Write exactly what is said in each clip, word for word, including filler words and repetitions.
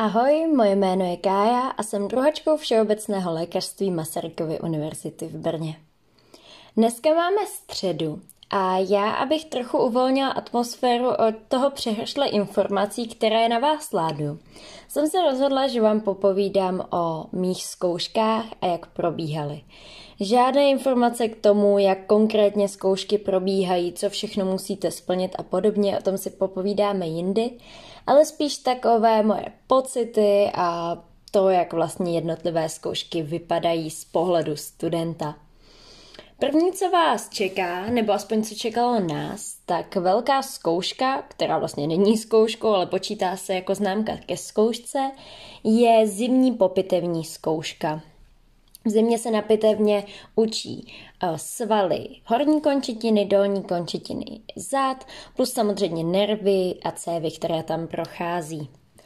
Ahoj, moje jméno je Kája a jsem druhačkou Všeobecného lékařství Masarykovy univerzity v Brně. Dneska máme středu a já, abych trochu uvolnila atmosféru od toho přehršle informací, které na vás ládu, jsem se rozhodla, že vám popovídám o mých zkouškách a jak probíhaly. Žádné informace k tomu, jak konkrétně zkoušky probíhají, co všechno musíte splnit a podobně, o tom si popovídáme jindy, ale spíš takové moje pocity a to, jak vlastně jednotlivé zkoušky vypadají z pohledu studenta. První, co vás čeká, nebo aspoň co čekalo nás, tak velká zkouška, která vlastně není zkouškou, ale počítá se jako známka ke zkoušce, je zimní popitevní zkouška. V zimě se na pitevně učí svaly horní končetiny, dolní končetiny zad, plus samozřejmě nervy a cévy, které tam prochází.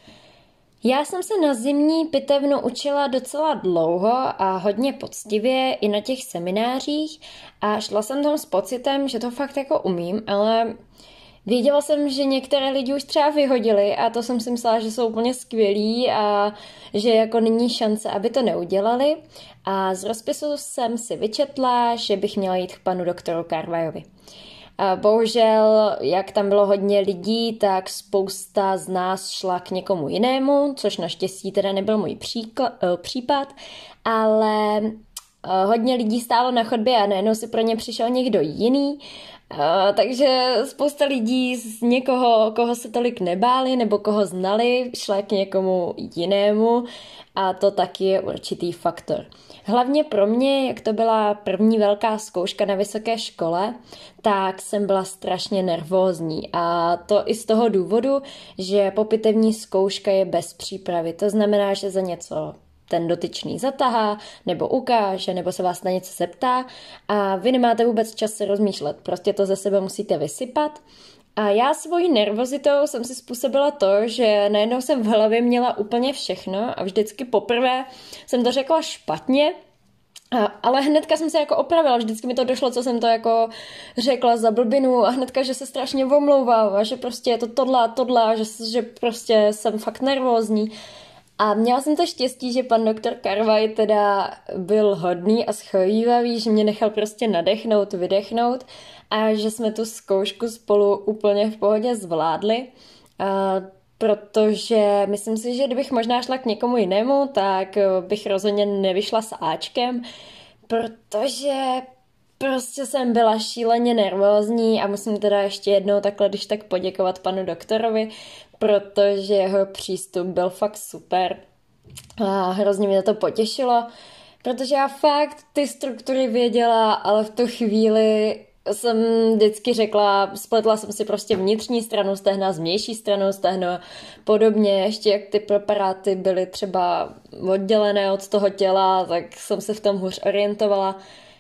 Já jsem se na zimní pitevnu učila docela dlouho a hodně poctivě i na těch seminářích a šla jsem tam s pocitem, že to fakt jako umím, ale věděla jsem, že některé lidi už třeba vyhodili a to jsem si myslela, že jsou úplně skvělí a že jako není šance, aby to neudělali. A z rozpisu jsem si vyčetla, že bych měla jít k panu doktoru Karvajovi. A bohužel, jak tam bylo hodně lidí, tak spousta z nás šla k někomu jinému, což naštěstí teda nebyl můj příklad, případ, ale hodně lidí stálo na chodbě a najednou si pro ně přišel někdo jiný. Uh, takže spousta lidí z někoho, koho se tolik nebáli nebo koho znali, šla k někomu jinému a to taky je určitý faktor. Hlavně pro mě, jak to byla první velká zkouška na vysoké škole, tak jsem byla strašně nervózní a to i z toho důvodu, že popitevní zkouška je bez přípravy. To znamená, že za něco ten dotyčný zatahá, nebo ukáže, nebo se vás na něco zeptá a vy nemáte vůbec čas se rozmýšlet, prostě to ze sebe musíte vysypat. A já svojí nervozitou jsem si způsobila to, že najednou jsem v hlavě měla úplně všechno a vždycky poprvé jsem to řekla špatně, a, ale hnedka jsem se jako opravila, vždycky mi to došlo, co jsem to jako řekla za blbinu a hnedka, že se strašně omlouvám a že prostě je to tohle a tohle a že, že prostě jsem fakt nervózní. A měla jsem to štěstí, že pan doktor Karvaj teda byl hodný a schovívavý, že mě nechal prostě nadechnout, vydechnout a že jsme tu zkoušku spolu úplně v pohodě zvládli, a protože myslím si, že kdybych možná šla k někomu jinému, tak bych rozhodně nevyšla s Ačkem, protože prostě jsem byla šíleně nervózní a musím teda ještě jednou takhle, když tak poděkovat panu doktorovi, protože jeho přístup byl fakt super a hrozně mě to potěšilo, protože já fakt ty struktury věděla, ale v tu chvíli jsem vždycky řekla, spletla jsem si prostě vnitřní stranu stehna s vnější stranou stehna, podobně, ještě jak ty preparáty byly třeba oddělené od toho těla, tak jsem se v tom hůř orientovala.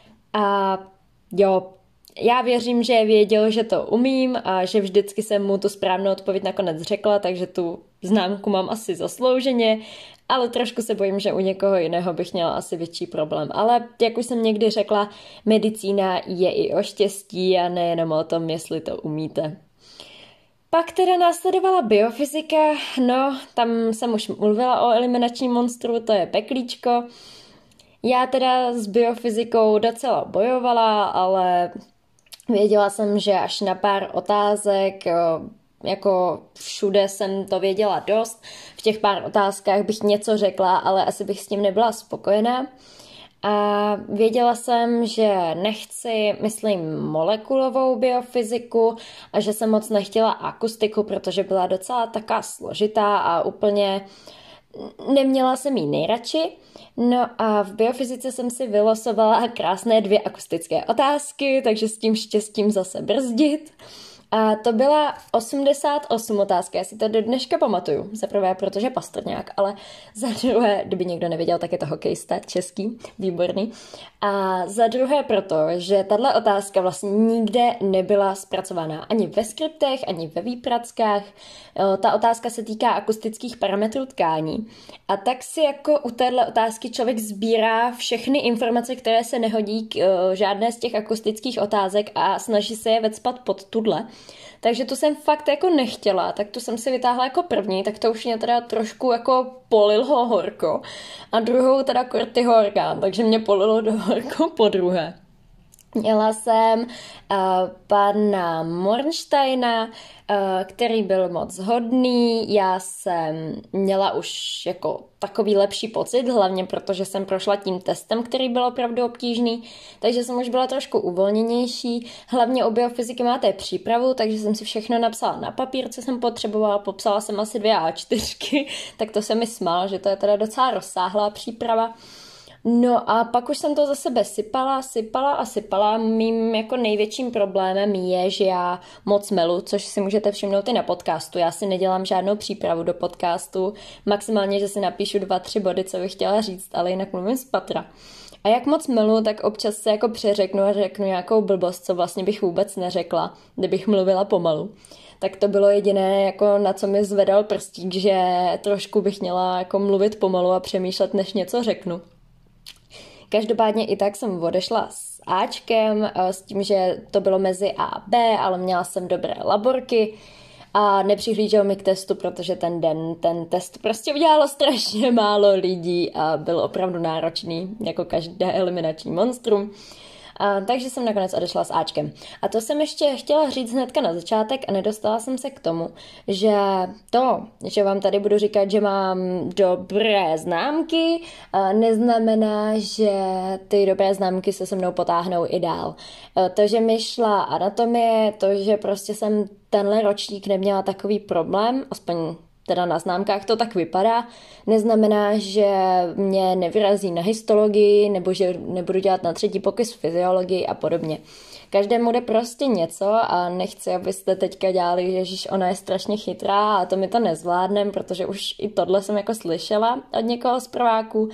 A jo, já věřím, že věděl, že to umím a že vždycky jsem mu tu správnou odpověď nakonec řekla, takže tu známku mám asi zaslouženě, ale trošku se bojím, že u někoho jiného bych měla asi větší problém. Ale jak už jsem někdy řekla, medicína je i o štěstí a nejenom o tom, jestli to umíte. Pak teda následovala biofyzika, no tam jsem už mluvila o eliminačním monstru, to je peklíčko. Já teda s biofyzikou docela bojovala, ale věděla jsem, že až na pár otázek, jako všude jsem to věděla dost, v těch pár otázkách bych něco řekla, ale asi bych s tím nebyla spokojená. A věděla jsem, že nechci, myslím, molekulovou biofyziku a že jsem moc nechtěla akustiku, protože byla docela taká složitá a úplně neměla jsem jí nejradši. No a v biofyzice jsem si vylosovala krásné dvě akustické otázky, takže s tím štěstím zase brzdit. A to byla osmdesát osm otázka, já si to do dneška pamatuju. Za prvé, protože Pastrňák, ale za druhé, kdyby někdo nevěděl, tak je to hokejista český, výborný. A za druhé proto, že tahle otázka vlastně nikde nebyla zpracovaná ani ve skriptech, ani ve výprackách. Ta otázka se týká akustických parametrů tkání. A tak si jako u téhle otázky člověk sbírá všechny informace, které se nehodí k žádné z těch akustických otázek a snaží se je vecpat pod tudle. Takže tu jsem fakt jako nechtěla, tak tu jsem si vytáhla jako první, tak to už mě teda trošku jako polilo horko. A druhou teda Cortyho orgán, takže mě polilo do horko po druhé. Měla jsem uh, pana Mornsteina, uh, který byl moc hodný, já jsem měla už jako takový lepší pocit, hlavně protože jsem prošla tím testem, který byl opravdu obtížný, takže jsem už byla trošku uvolněnější, hlavně o biofyziky máte přípravu, takže jsem si všechno napsala na papír, co jsem potřebovala, popsala jsem asi dvě á čtyřky, tak to se mi smál, že to je teda docela rozsáhlá příprava. No a pak už jsem to za sebe sypala, sypala a sypala. Mým jako největším problémem je, že já moc melu, což si můžete všimnout i na podcastu. Já si nedělám žádnou přípravu do podcastu, maximálně, že si napíšu dva, tři body, co bych chtěla říct, ale jinak mluvím z patra. A jak moc melu, tak občas se jako přeřeknu a řeknu nějakou blbost, co vlastně bych vůbec neřekla, kdybych mluvila pomalu. Tak to bylo jediné, jako na co mi zvedal prstík, že trošku bych měla jako mluvit pomalu a přemýšlet, než něco řeknu. Každopádně i tak jsem odešla s Ačkem, s tím, že to bylo mezi A a B, ale měla jsem dobré laborky a nepřihlížel mi k testu, protože ten den ten test prostě udělalo strašně málo lidí a byl opravdu náročný, jako každé eliminační monstrum. A, takže jsem nakonec odešla s Ačkem. A to jsem ještě chtěla říct hnedka na začátek a nedostala jsem se k tomu, že to, že vám tady budu říkat, že mám dobré známky, neznamená, že ty dobré známky se se mnou potáhnou i dál. To, že mi šla anatomie, to, že prostě jsem tenhle ročník neměla takový problém, aspoň teda na známkách to tak vypadá, neznamená, že mě nevyrazí na histologii nebo že nebudu dělat na třetí pokys fyziologii a podobně. Každému jde prostě něco a nechci, abyste teďka dělali, ježiš, ona je strašně chytrá a to mi to nezvládnem, protože už i tohle jsem jako slyšela od někoho z prváků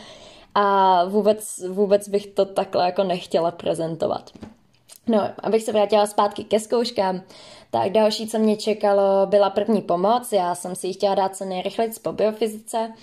a vůbec, vůbec bych to takhle jako nechtěla prezentovat. No, abych se vrátila zpátky ke zkouškám, tak další, co mě čekalo, byla první pomoc. Já jsem si ji chtěla dát co nejrychleji po biofyzice,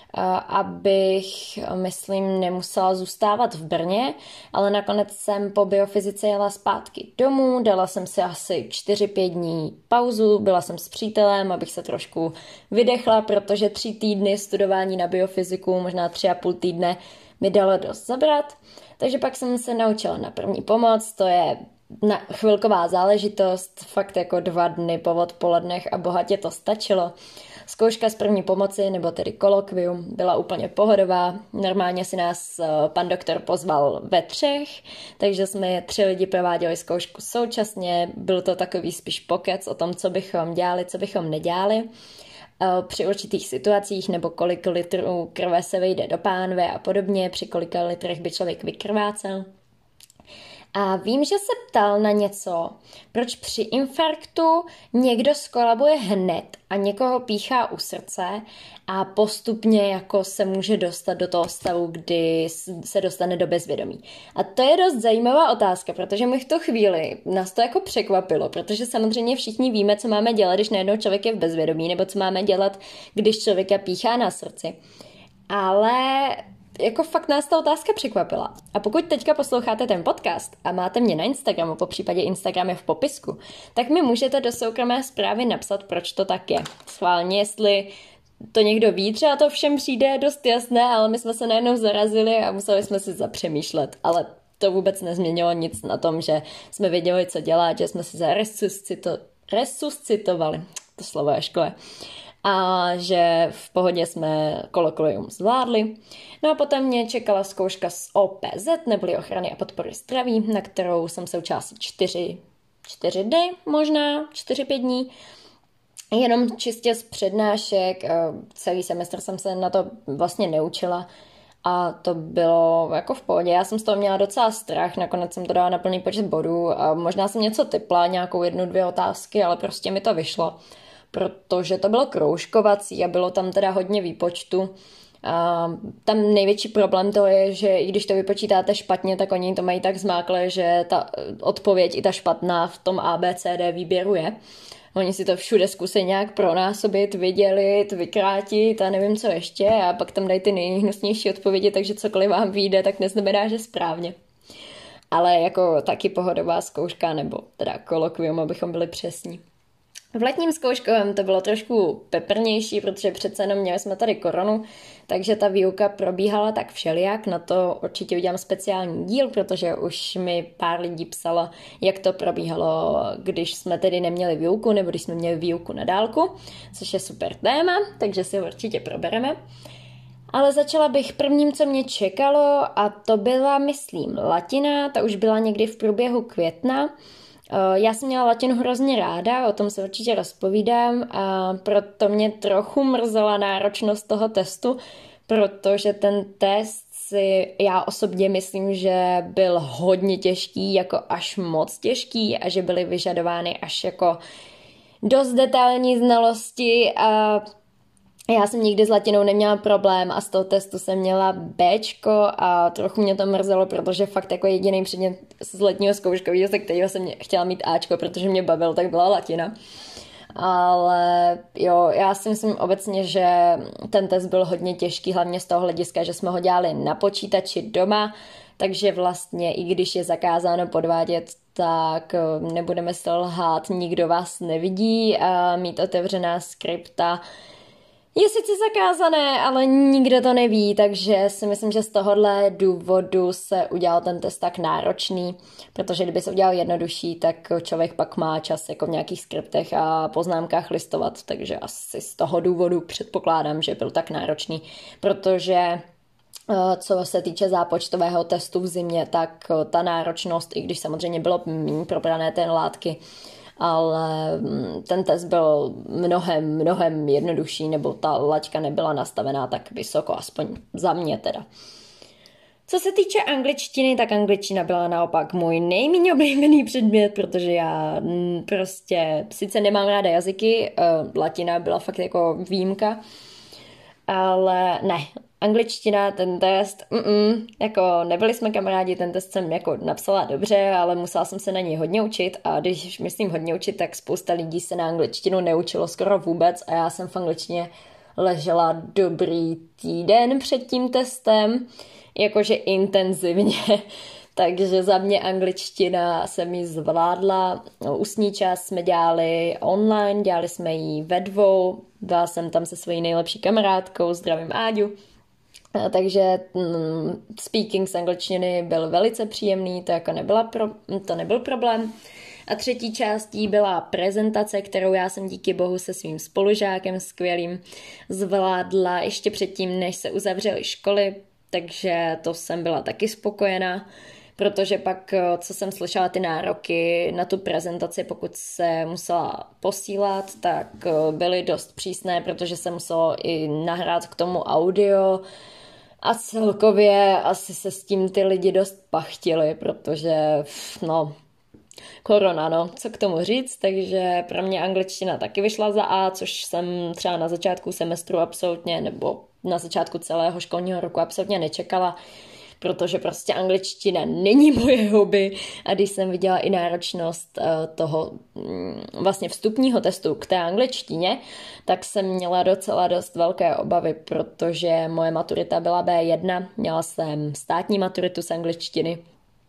abych, myslím, nemusela zůstávat v Brně, ale nakonec jsem po biofyzice jela zpátky domů, dala jsem si asi čtyři pět dní pauzu, byla jsem s přítelem, abych se trošku vydechla, protože tři týdny studování na biofyziku, možná tři a půl týdne mi dalo dost zabrat. Takže pak jsem se naučila na první pomoc, to je na chvilková záležitost, fakt jako dva dny po odpolednech a bohatě to stačilo. Zkouška z první pomoci, nebo tedy kolokvium, byla úplně pohodová. Normálně si nás pan doktor pozval ve třech, takže jsme tři lidi prováděli zkoušku současně. Byl to takový spíš pokec o tom, co bychom dělali, co bychom nedělali při určitých situacích, nebo kolik litrů krve se vejde do pánve a podobně, při kolika litrech by člověk vykrvácel. A vím, že se ptal na něco, proč při infarktu někdo skolabuje hned a někoho píchá u srdce a postupně jako se může dostat do toho stavu, kdy se dostane do bezvědomí. A to je dost zajímavá otázka, protože mi v tu chvíli nás to jako překvapilo, protože samozřejmě všichni víme, co máme dělat, když najednou člověk je v bezvědomí, nebo co máme dělat, když člověka píchá na srdci. Ale jako fakt nás ta otázka překvapila. A pokud teďka posloucháte ten podcast a máte mě na Instagramu, po případě Instagram je v popisku, tak mi můžete do soukromé zprávy napsat, proč to tak je. Schválně, jestli to někdo ví, třeba to všem přijde dost jasné, ale my jsme se najednou zarazili a museli jsme si zapřemýšlet. Ale to vůbec nezměnilo nic na tom, že jsme věděli, co dělat, že jsme si zaresuscito- resuscitovali. To slovo je škole. A že v pohodě jsme kolokvium zvládli. No a potom mě čekala zkouška z O P Z, neboli ochrany a podpory zdraví, na kterou jsem se učila asi čtyři, čtyři dny, možná čtyři pět dní. Jenom čistě z přednášek, celý semestr jsem se na to vlastně neučila a to bylo jako v pohodě. Já jsem z toho měla docela strach, nakonec jsem to dala na plný počet bodů a možná jsem něco typla, nějakou jednu, dvě otázky, ale prostě mi to vyšlo, protože to bylo kroužkovací a bylo tam teda hodně výpočtu. A tam největší problém to je, že i když to vypočítáte špatně, tak oni to mají tak zmáklé, že ta odpověď i ta špatná v tom A B C D výběru je. Oni si to všude zkusí nějak pronásobit, vydělit, vykrátit a nevím co ještě a pak tam dají ty nejhnusnější odpovědi, takže cokoliv vám vyjde, tak neznamená, že správně. ale jako taky pohodová zkouška, nebo teda kolokvium, abychom byli přesní. V letním zkouškovém to bylo trošku peprnější, protože přece jenom měli jsme tady koronu, takže ta výuka probíhala tak všelijak. Na to určitě udělám speciální díl, protože už mi pár lidí psalo, jak to probíhalo, když jsme tedy neměli výuku, nebo když jsme měli výuku na dálku, což je super téma, takže si ho určitě probereme. Ale začala bych prvním, co mě čekalo, a to byla, myslím, latina, ta už byla někdy v průběhu května. Já jsem měla latinu hrozně ráda, o tom se určitě rozpovídám, a proto mě trochu mrzela náročnost toho testu, protože ten test si já osobně myslím, že byl hodně těžký, jako až moc těžký, a že byly vyžadovány až jako dost detailní znalosti, a já jsem nikdy s latinou neměla problém a z toho testu jsem měla Bčko a trochu mě to mrzelo, protože fakt jako jediný předmět z letního zkouškového, se kterého jsem chtěla mít Ačko, protože mě bavil, tak byla latina. Ale jo, já si myslím obecně, že ten test byl hodně těžký, hlavně z toho hlediska, že jsme ho dělali na počítači doma, takže vlastně i když je zakázáno podvádět, tak nebudeme se lhát, nikdo vás nevidí, a mít otevřená skripta je sice zakázané, ale nikdo to neví, takže si myslím, že z tohohle důvodu se udělal ten test tak náročný, protože kdyby se udělal jednodušší, tak člověk pak má čas jako v nějakých skriptech a poznámkách listovat, takže asi z toho důvodu předpokládám, že byl tak náročný, protože co se týče zápočtového testu v zimě, tak ta náročnost, i když samozřejmě bylo méně probrané té látky, ale ten test byl mnohem, mnohem jednodušší, nebo ta laťka nebyla nastavená tak vysoko, aspoň za mě teda. Co se týče angličtiny, tak angličtina byla naopak můj nejméně oblíbený předmět, protože já prostě sice nemám ráda jazyky, latina byla fakt jako výjimka, ale ne, angličtina, ten test, mm, jako nebyli jsme kamarádi, ten test jsem jako napsala dobře, ale musela jsem se na něj hodně učit, a když myslím hodně učit, tak spousta lidí se na angličtinu neučilo skoro vůbec, a já jsem v angličtině ležela dobrý týden před tím testem, jakože intenzivně. Takže za mě angličtina jsem ji zvládla. Ústní část jsme dělali online, dělali jsme ji ve dvou, byla jsem tam se svojí nejlepší kamarádkou, zdravím Áďu. Takže mm, speaking z angličtiny byl velice příjemný, to jako nebyla pro, to nebyl problém. A třetí částí byla prezentace, kterou já jsem díky bohu se svým spolužákem skvělým zvládla ještě předtím, než se uzavřely školy, takže to jsem byla taky spokojená, protože pak, co jsem slyšela ty nároky na tu prezentaci, pokud se musela posílat, tak byly dost přísné, protože se muselo i nahrát k tomu audio, a celkově asi se s tím ty lidi dost pachtili, protože no, korona, no, co k tomu říct, takže pro mě angličtina taky vyšla za A, což jsem třeba na začátku semestru absolutně, nebo na začátku celého školního roku absolutně nečekala, protože prostě angličtina není moje hobby, a když jsem viděla i náročnost toho vlastně vstupního testu k té angličtině, tak jsem měla docela dost velké obavy, protože moje maturita byla bé jedna, měla jsem státní maturitu z angličtiny,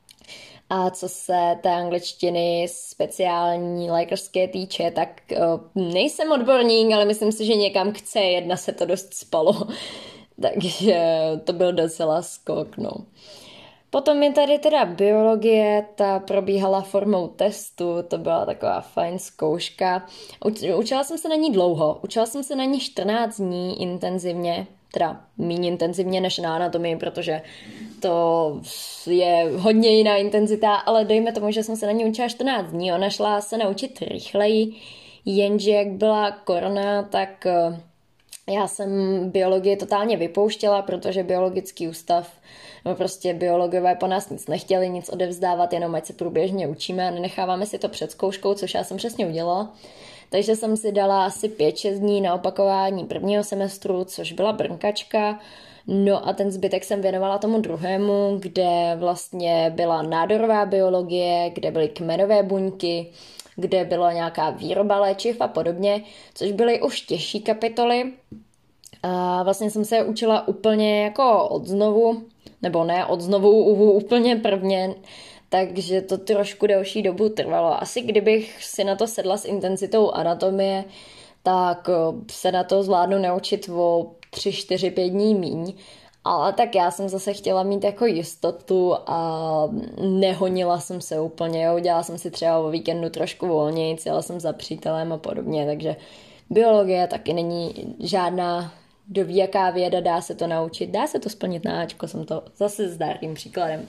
a co se té angličtiny speciální lékařské týče, tak nejsem odborník, ale myslím si, že někam k cé jedna se to dost spalo. Takže to byl docela skok, no. Potom je tady teda biologie, ta probíhala formou testu, to byla taková fajn zkouška. Učila jsem se na ní dlouho, učila jsem se na ní čtrnáct dní intenzivně, teda méně intenzivně než na anatomii, protože to je hodně jiná intenzita, ale dejme tomu, že jsem se na ní učila čtrnáct dní, ona šla se naučit rychleji, jenže jak byla korona, tak já jsem biologii totálně vypouštěla, protože biologický ústav, no prostě biologové po nás nic nechtěli, nic odevzdávat, jenom ať se průběžně učíme a nenecháváme si to před zkouškou, což já jsem přesně udělala. Takže jsem si dala asi pět šest dní na opakování prvního semestru, což byla brnkačka. No a ten zbytek jsem věnovala tomu druhému, kde vlastně byla nádorová biologie, kde byly kmenové buňky, kde byla nějaká výroba léčiv a podobně, což byly už těžší kapitoly. A vlastně jsem se učila úplně jako od znovu, nebo ne od znovu, úplně prvně, takže to trošku delší dobu trvalo. Asi kdybych si na to sedla s intenzitou anatomie, tak se na to zvládnu naučit o tři, čtyři, pět dní míň. Ale tak já jsem zase chtěla mít jako jistotu a nehonila jsem se úplně, jo. Dělala jsem si třeba o víkendu trošku volněji, jela jsem za přítelem a podobně, takže biologie taky není žádná dovíjaká věda, dá se to naučit, dá se to splnit na Ačko, jsem to zase zdárným příkladem.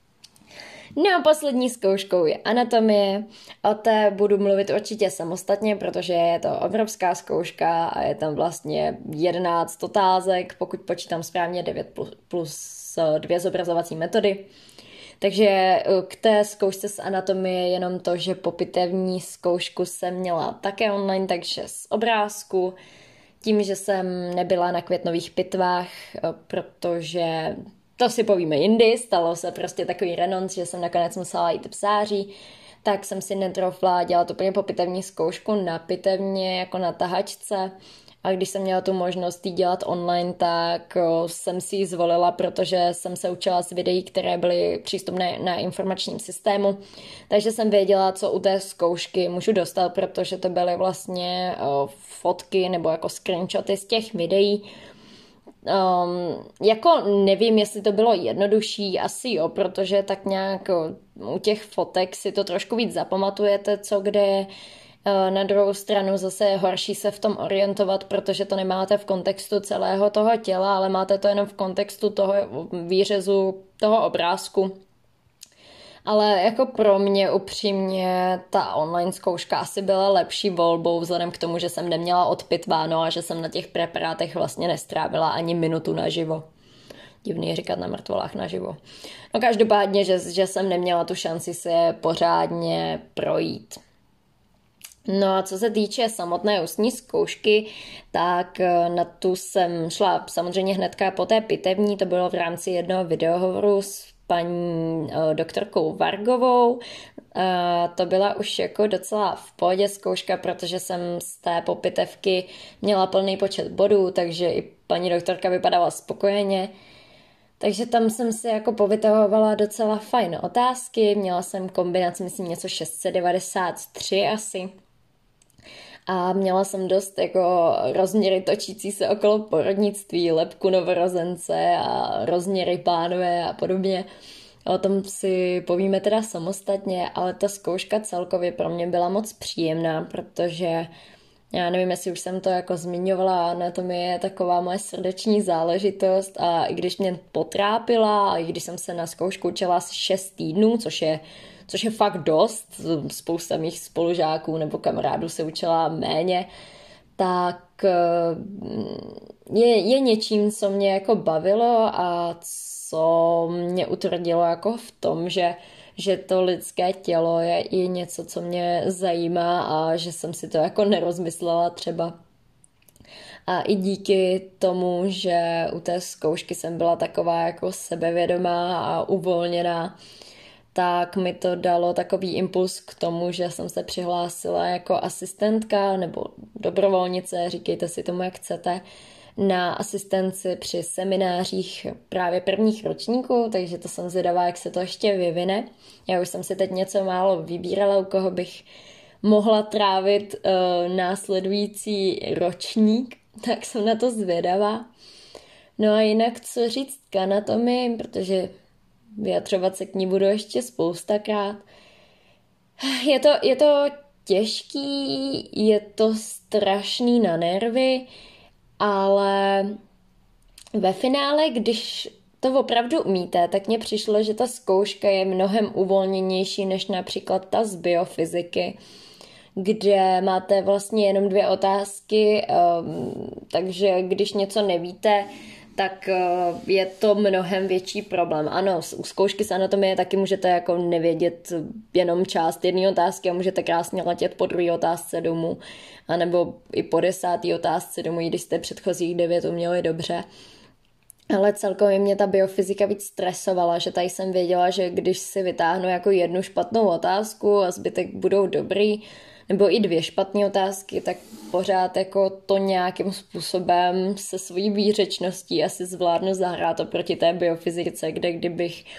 No a poslední zkouškou je anatomie, o té budu mluvit určitě samostatně, protože je to obrovská zkouška a je tam vlastně jedenáct otázek, pokud počítám správně devět plus, plus dvě zobrazovací metody. Takže k té zkoušce z anatomie jenom to, že po pitevní zkoušku jsem měla také online, takže z obrázku, tím, že jsem nebyla na květnových pitvách, protože to si povíme jindy, stalo se prostě takový renonc, že jsem nakonec musela jít psáří, tak jsem si netroufla dělat úplně po pitevní zkoušku na pitevně, jako na tahačce. A když jsem měla tu možnost jí dělat online, tak jsem si ji zvolila, protože jsem se učila z videí, které byly přístupné na informačním systému. Takže jsem věděla, co u té zkoušky můžu dostat, protože to byly vlastně fotky nebo jako screenshoty z těch videí. Um, jako nevím, jestli to bylo jednodušší, asi jo, protože tak nějak u těch fotek si to trošku víc zapamatujete, co kde je. Na druhou stranu zase je horší se v tom orientovat, protože to nemáte v kontextu celého toho těla, ale máte to jenom v kontextu toho výřezu, toho obrázku. Ale jako pro mě upřímně ta online zkouška asi byla lepší volbou vzhledem k tomu, že jsem neměla odpitváno a že jsem na těch preparátech vlastně nestrávila ani minutu naživo. Divný říkat na mrtvolách naživo. No každopádně, že, že jsem neměla tu šanci se pořádně projít. No a co se týče samotné ústní zkoušky, tak na tu jsem šla samozřejmě hnedka po té pitevní, to bylo v rámci jednoho videohovoru s paní doktorkou Vargovou. To byla už jako docela v pohodě zkouška, protože jsem z té popitevky měla plný počet bodů, takže i paní doktorka vypadala spokojeně. Takže tam jsem si jako povytahovala docela fajn otázky, měla jsem kombinaci, myslím, něco šest set devadesát tři asi. A měla jsem dost jako rozměry točící se okolo porodnictví, lebku novorozence a rozměry pánve a podobně. O tom si povíme teda samostatně, ale ta zkouška celkově pro mě byla moc příjemná, protože já nevím, jestli už jsem to jako zmiňovala, anatomie je taková moje srdeční záležitost a i když mě potrápila a i když jsem se na zkoušku učila asi šest týdnů, což je což je fakt dost, spousta mých spolužáků nebo kamarádů se učila méně, tak je, je něčím, co mě jako bavilo a co mě utvrdilo jako v tom, že, že to lidské tělo je i něco, co mě zajímá a že jsem si to jako nerozmyslela třeba. A i díky tomu, že u té zkoušky jsem byla taková jako sebevědomá a uvolněná, tak mi to dalo takový impuls k tomu, že jsem se přihlásila jako asistentka nebo dobrovolnice, říkejte si tomu, jak chcete, na asistenci při seminářích právě prvních ročníků, takže to jsem zvědavá, jak se to ještě vyvine. Já už jsem si teď něco málo vybírala, u koho bych mohla trávit uh, následující ročník, tak jsem na to zvědavá. No a jinak co říct k anatomii, protože vyjadřovat se k ní budu ještě spoustakrát. Je to, je to těžký, je to strašný na nervy, ale ve finále, když to opravdu umíte, tak mně přišlo, že ta zkouška je mnohem uvolněnější než například ta z biofyziky, kde máte vlastně jenom dvě otázky, takže když něco nevíte, tak je to mnohem větší problém. Ano, u zkoušky z anatomie taky můžete jako nevědět jenom část jedné otázky a můžete krásně letět po druhé otázce domů, anebo i po desáté otázce domů, i když jste předchozích devět uměli dobře. Ale celkově mě ta biofyzika víc stresovala, že tady jsem věděla, že když si vytáhnu jako jednu špatnou otázku a zbytek budou dobrý, nebo i dvě špatné otázky, tak pořád jako to nějakým způsobem se svojí výřečností asi zvládnu zahrát oproti té biofyzice, kde kdybych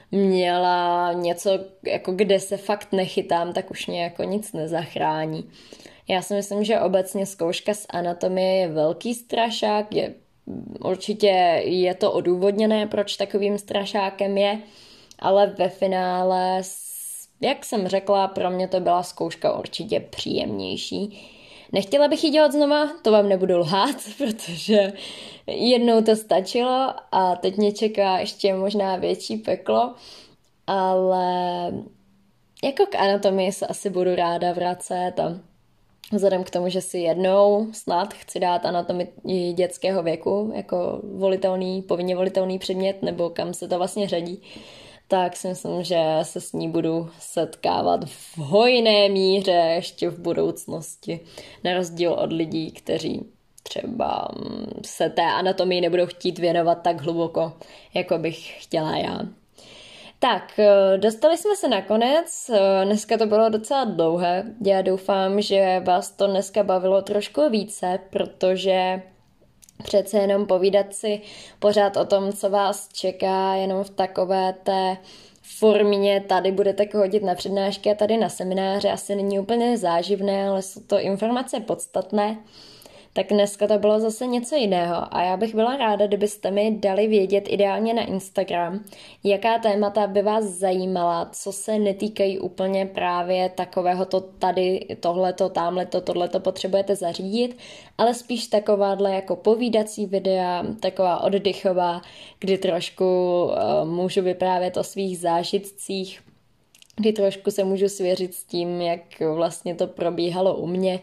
měla něco, jako kde se fakt nechytám, tak už mě jako nic nezachrání. Já si myslím, že obecně zkouška z anatomie je velký strašák, je, určitě je to odůvodněné, proč takovým strašákem je, ale ve finále, jak jsem řekla, pro mě to byla zkouška určitě příjemnější. Nechtěla bych ji dělat znova, to vám nebudu lhát, protože jednou to stačilo a teď mě čeká ještě možná větší peklo, ale jako k anatomii se asi budu ráda vracet a vzhledem k tomu, že si jednou snad chci dát anatomii dětského věku jako volitelný, povinně volitelný předmět, nebo kam se to vlastně řadí, tak si myslím, že se s ní budu setkávat v hojné míře ještě v budoucnosti. Na rozdíl od lidí, kteří třeba se té anatomii nebudou chtít věnovat tak hluboko, jako bych chtěla já. Tak, dostali jsme se na konec. Dneska to bylo docela dlouhé. Já doufám, že vás to dneska bavilo trošku více, protože přece jenom povídat si pořád o tom, co vás čeká, jenom v takové té formě, tady budete chodit na přednášky a tady na semináře, asi není úplně záživné, ale jsou to informace podstatné. Tak dneska to bylo zase něco jiného a já bych byla ráda, kdybyste mi dali vědět ideálně na Instagram, jaká témata by vás zajímala, co se netýkají úplně právě takového to tady, tohleto, támhleto, tohleto potřebujete zařídit, ale spíš takováhle jako povídací videa, taková oddychová, kdy trošku uh, můžu vyprávět o svých zážitcích, kdy trošku se můžu svěřit s tím, jak vlastně to probíhalo u mě.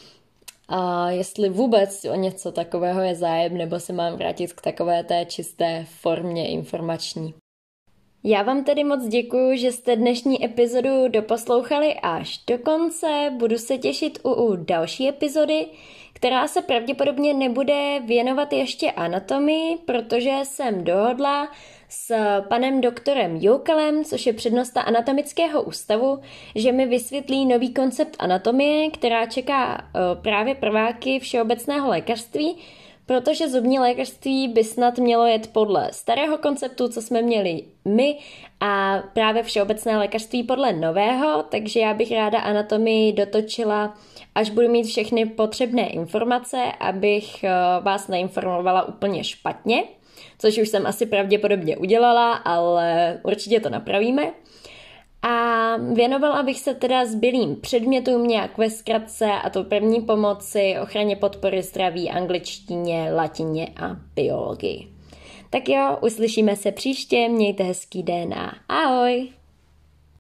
A jestli vůbec o něco takového je zájem, nebo se mám vrátit k takové té čisté formě informační. Já vám tedy moc děkuju, že jste dnešní epizodu doposlouchali až do konce. Budu se těšit u, u další epizody, která se pravděpodobně nebude věnovat ještě anatomii, protože jsem dohodla s panem doktorem Joukalem, což je přednosta anatomického ústavu, že mi vysvětlí nový koncept anatomie, která čeká právě prváky všeobecného lékařství, protože zubní lékařství by snad mělo jet podle starého konceptu, co jsme měli my, a právě všeobecné lékařství podle nového, takže já bych ráda anatomii dotočila, až budu mít všechny potřebné informace, abych vás neinformovala úplně špatně, což už jsem asi pravděpodobně udělala, ale určitě to napravíme. A věnovala bych se teda zbylým předmětům nějak ve zkratce, a to první pomoci, ochraně podpory zdraví, angličtině, latině a biologii. Tak jo, uslyšíme se příště, mějte hezký den a ahoj!